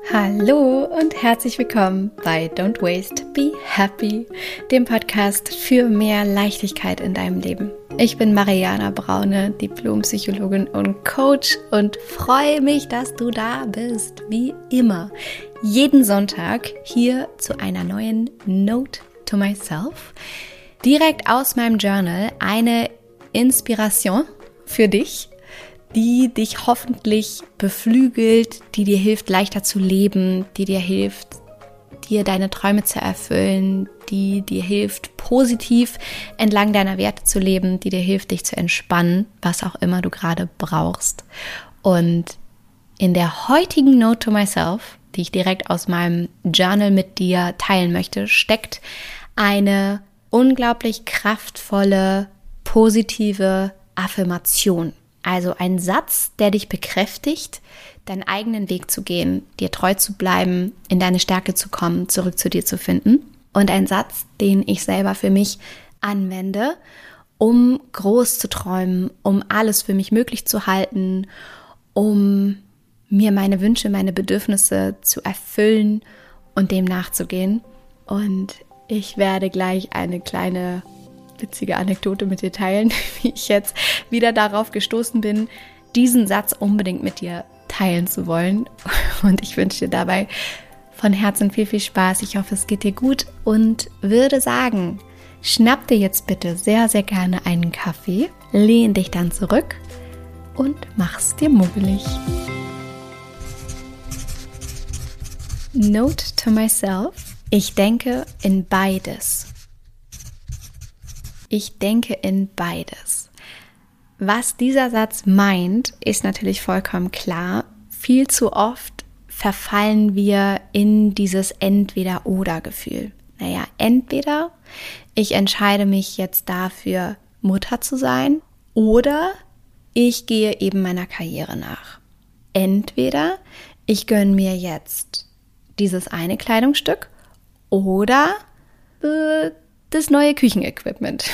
Hallo und herzlich willkommen bei Don't Waste, Be Happy, dem Podcast für mehr Leichtigkeit in deinem Leben. Ich bin Mariana Braune, Diplompsychologin und Coach und freue mich, dass du da bist, wie immer. Jeden Sonntag hier zu einer neuen Note to Myself. Direkt aus meinem Journal eine Inspiration für dich, die dich hoffentlich beflügelt, die dir hilft, leichter zu leben, die dir hilft, dir deine Träume zu erfüllen, die dir hilft, positiv entlang deiner Werte zu leben, die dir hilft, dich zu entspannen, was auch immer du gerade brauchst. Und in der heutigen Note to Myself, die ich direkt aus meinem Journal mit dir teilen möchte, steckt eine unglaublich kraftvolle, positive Affirmation. Also ein Satz, der dich bekräftigt, deinen eigenen Weg zu gehen, dir treu zu bleiben, in deine Stärke zu kommen, zurück zu dir zu finden. Und ein Satz, den ich selber für mich anwende, um groß zu träumen, um alles für mich möglich zu halten, um mir meine Wünsche, meine Bedürfnisse zu erfüllen und dem nachzugehen. Und ich werde gleich eine kleine witzige Anekdote mit dir teilen, wie ich jetzt wieder darauf gestoßen bin, diesen Satz unbedingt mit dir teilen zu wollen. Und ich wünsche dir dabei von Herzen viel, viel Spaß. Ich hoffe, es geht dir gut und würde sagen, schnapp dir jetzt bitte sehr, sehr gerne einen Kaffee, lehn dich dann zurück und mach's dir muggelig. Note to myself: Ich denke in beides. Ich denke in beides. Was dieser Satz meint, ist natürlich vollkommen klar. Viel zu oft verfallen wir in dieses Entweder-oder-Gefühl. Naja, entweder ich entscheide mich jetzt dafür, Mutter zu sein, oder ich gehe eben meiner Karriere nach. Entweder ich gönne mir jetzt dieses eine Kleidungsstück oder das neue Küchenequipment.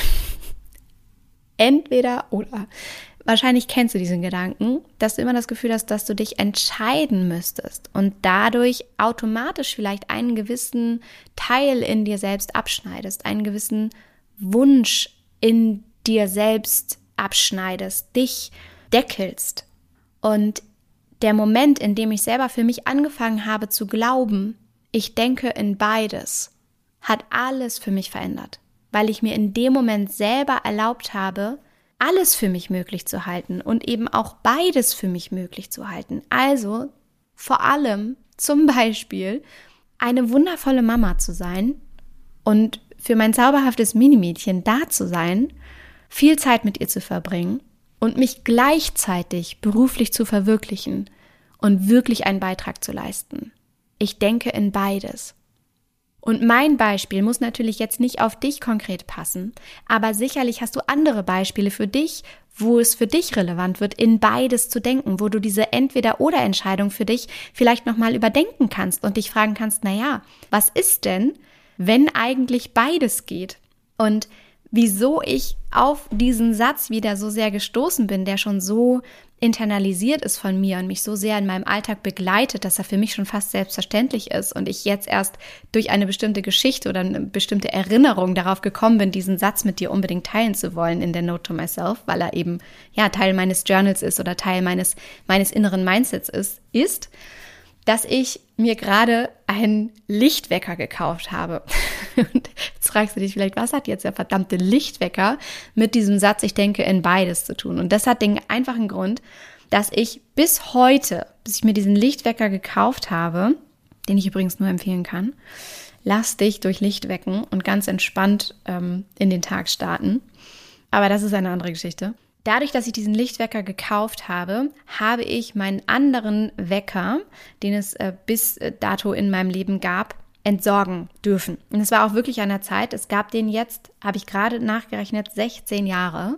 Entweder oder. Wahrscheinlich kennst du diesen Gedanken, dass du immer das Gefühl hast, dass du dich entscheiden müsstest und dadurch automatisch vielleicht einen gewissen Teil in dir selbst abschneidest, einen gewissen Wunsch in dir selbst abschneidest, dich deckelst. Und der Moment, in dem ich selber für mich angefangen habe zu glauben, ich denke in beides, hat alles für mich verändert, weil ich mir in dem Moment selber erlaubt habe, alles für mich möglich zu halten und eben auch beides für mich möglich zu halten. Also vor allem zum Beispiel eine wundervolle Mama zu sein und für mein zauberhaftes Minimädchen da zu sein, viel Zeit mit ihr zu verbringen und mich gleichzeitig beruflich zu verwirklichen und wirklich einen Beitrag zu leisten. Ich denke in beides. Und mein Beispiel muss natürlich jetzt nicht auf dich konkret passen, aber sicherlich hast du andere Beispiele für dich, wo es für dich relevant wird, in beides zu denken, wo du diese Entweder-oder-Entscheidung für dich vielleicht nochmal überdenken kannst und dich fragen kannst, naja, was ist denn, wenn eigentlich beides geht? Und wieso ich auf diesen Satz wieder so sehr gestoßen bin, der schon so internalisiert ist von mir und mich so sehr in meinem Alltag begleitet, dass er für mich schon fast selbstverständlich ist und ich jetzt erst durch eine bestimmte Geschichte oder eine bestimmte Erinnerung darauf gekommen bin, diesen Satz mit dir unbedingt teilen zu wollen in der Note to Myself, weil er eben ja Teil meines Journals ist oder Teil meines inneren Mindsets ist, dass ich mir gerade einen Lichtwecker gekauft habe. Und jetzt fragst du dich vielleicht, was hat jetzt der verdammte Lichtwecker mit diesem Satz, ich denke in beides zu tun? Und das hat den einfachen Grund, dass ich bis heute, bis ich mir diesen Lichtwecker gekauft habe, den ich übrigens nur empfehlen kann, lass dich durch Licht wecken und ganz entspannt in den Tag starten. Aber das ist eine andere Geschichte. Dadurch, dass ich diesen Lichtwecker gekauft habe, habe ich meinen anderen Wecker, den es bis dato in meinem Leben gab, entsorgen dürfen. Und es war auch wirklich an der Zeit. Es gab den jetzt, habe ich gerade nachgerechnet, 16 Jahre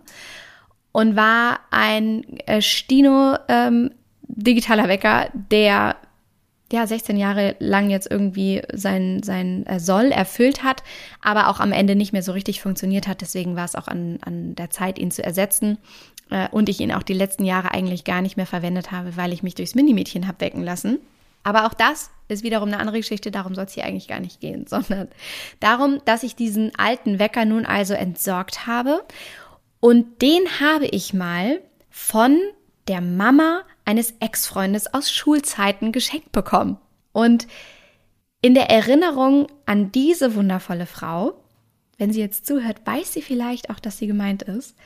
und war ein Stino digitaler Wecker, der 16 Jahre lang jetzt irgendwie sein Soll erfüllt hat, aber auch am Ende nicht mehr so richtig funktioniert hat. Deswegen war es auch an der Zeit, ihn zu ersetzen. Und ich ihn auch die letzten Jahre eigentlich gar nicht mehr verwendet habe, weil ich mich durchs Minimädchen habe wecken lassen. Aber auch das ist wiederum eine andere Geschichte, darum soll es hier eigentlich gar nicht gehen, sondern darum, dass ich diesen alten Wecker nun also entsorgt habe. Und den habe ich mal von der Mama eines Ex-Freundes aus Schulzeiten geschenkt bekommen. Und in der Erinnerung an diese wundervolle Frau, wenn sie jetzt zuhört, weiß sie vielleicht auch, dass sie gemeint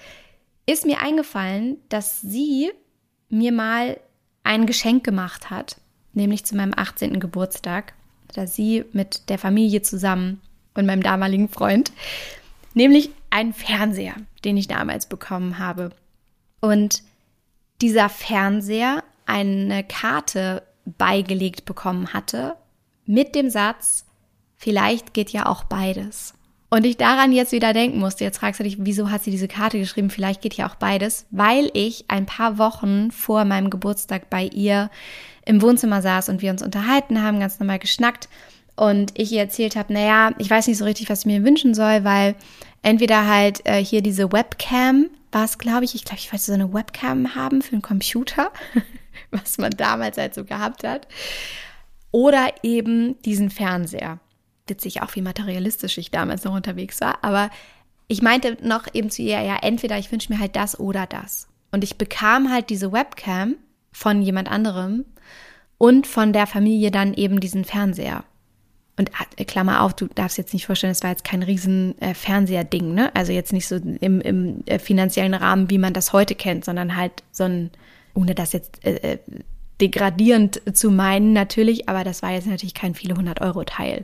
ist mir eingefallen, dass sie mir mal ein Geschenk gemacht hat, nämlich zu meinem 18. Geburtstag, da sie mit der Familie zusammen und meinem damaligen Freund, nämlich einen Fernseher, den ich damals bekommen habe. Und dieser Fernseher eine Karte beigelegt bekommen hatte mit dem Satz, vielleicht geht ja auch beides. Und ich daran jetzt wieder denken musste, jetzt fragst du dich, wieso hat sie diese Karte geschrieben, vielleicht geht ja auch beides, weil ich ein paar Wochen vor meinem Geburtstag bei ihr im Wohnzimmer saß und wir uns unterhalten haben, ganz normal geschnackt und ich ihr erzählt habe, naja, ich weiß nicht so richtig, was ich mir wünschen soll, weil entweder halt hier diese Webcam, war es, glaube ich wollte so eine Webcam haben für einen Computer, was man damals halt so gehabt hat, oder eben diesen Fernseher. Witzig auch, wie materialistisch ich damals noch unterwegs war, aber ich meinte noch eben zu ihr, ja, entweder ich wünsche mir halt das oder das. Und ich bekam halt diese Webcam von jemand anderem und von der Familie dann eben diesen Fernseher. Und Klammer auf, du darfst jetzt nicht vorstellen, es war jetzt kein riesen Fernseher-Ding, ne? Also jetzt nicht so im finanziellen Rahmen, wie man das heute kennt, sondern halt so ein, ohne das jetzt degradierend zu meinen natürlich, aber das war jetzt natürlich kein viele 100-Euro-Teil.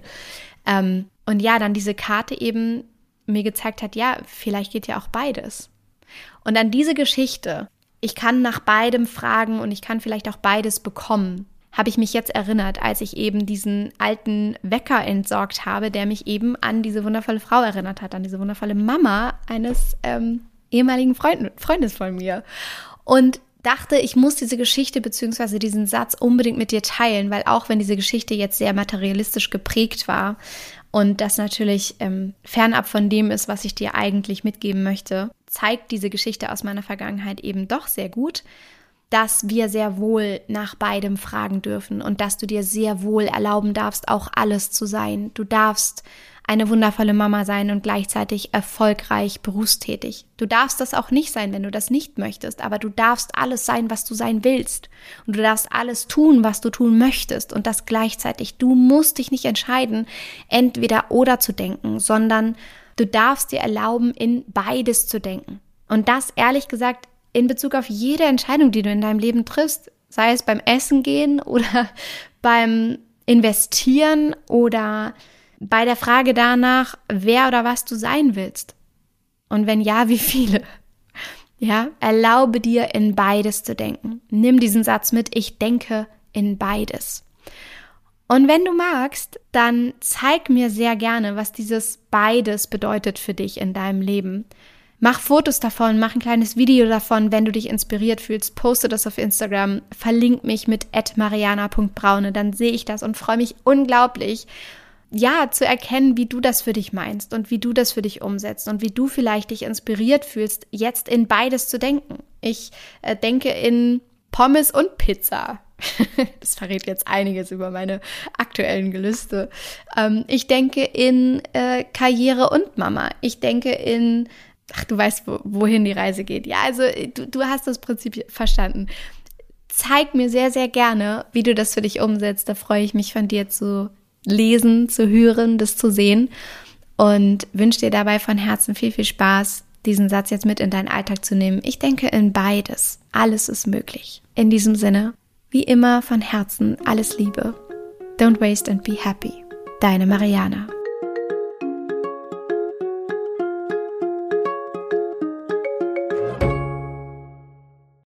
Und ja, dann diese Karte eben mir gezeigt hat, ja, vielleicht geht ja auch beides. Und dann diese Geschichte, ich kann nach beidem fragen und ich kann vielleicht auch beides bekommen, habe ich mich jetzt erinnert, als ich eben diesen alten Wecker entsorgt habe, der mich eben an diese wundervolle Frau erinnert hat, an diese wundervolle Mama eines ehemaligen Freundes von mir. Und dachte, ich muss diese Geschichte bzw. diesen Satz unbedingt mit dir teilen, weil auch wenn diese Geschichte jetzt sehr materialistisch geprägt war und das natürlich fernab von dem ist, was ich dir eigentlich mitgeben möchte, zeigt diese Geschichte aus meiner Vergangenheit eben doch sehr gut, dass wir sehr wohl nach beidem fragen dürfen und dass du dir sehr wohl erlauben darfst, auch alles zu sein. Du darfst eine wundervolle Mama sein und gleichzeitig erfolgreich berufstätig. Du darfst das auch nicht sein, wenn du das nicht möchtest, aber du darfst alles sein, was du sein willst. Und du darfst alles tun, was du tun möchtest und das gleichzeitig. Du musst dich nicht entscheiden, entweder oder zu denken, sondern du darfst dir erlauben, in beides zu denken. Und das, ehrlich gesagt, in Bezug auf jede Entscheidung, die du in deinem Leben triffst, sei es beim Essen gehen oder beim Investieren oder bei der Frage danach, wer oder was du sein willst. Und wenn ja, wie viele? Ja, erlaube dir, in beides zu denken. Nimm diesen Satz mit, ich denke in beides. Und wenn du magst, dann zeig mir sehr gerne, was dieses beides bedeutet für dich in deinem Leben. Mach Fotos davon, mach ein kleines Video davon, wenn du dich inspiriert fühlst, poste das auf Instagram, verlink mich mit @mariana.braune, dann sehe ich das und freue mich unglaublich, ja, zu erkennen, wie du das für dich meinst und wie du das für dich umsetzt und wie du vielleicht dich inspiriert fühlst, jetzt in beides zu denken. Ich denke in Pommes und Pizza. Das verrät jetzt einiges über meine aktuellen Gelüste. Ich denke in Karriere und Mama. Ich denke in, du weißt, wohin die Reise geht. Ja, also du hast das Prinzip verstanden. Zeig mir sehr, sehr gerne, wie du das für dich umsetzt. Da freue ich mich, von dir zu lesen, zu hören, das zu sehen und wünsche dir dabei von Herzen viel, viel Spaß, diesen Satz jetzt mit in deinen Alltag zu nehmen. Ich denke in beides. Alles ist möglich. In diesem Sinne, wie immer von Herzen alles Liebe. Don't waste and be happy. Deine Mariana.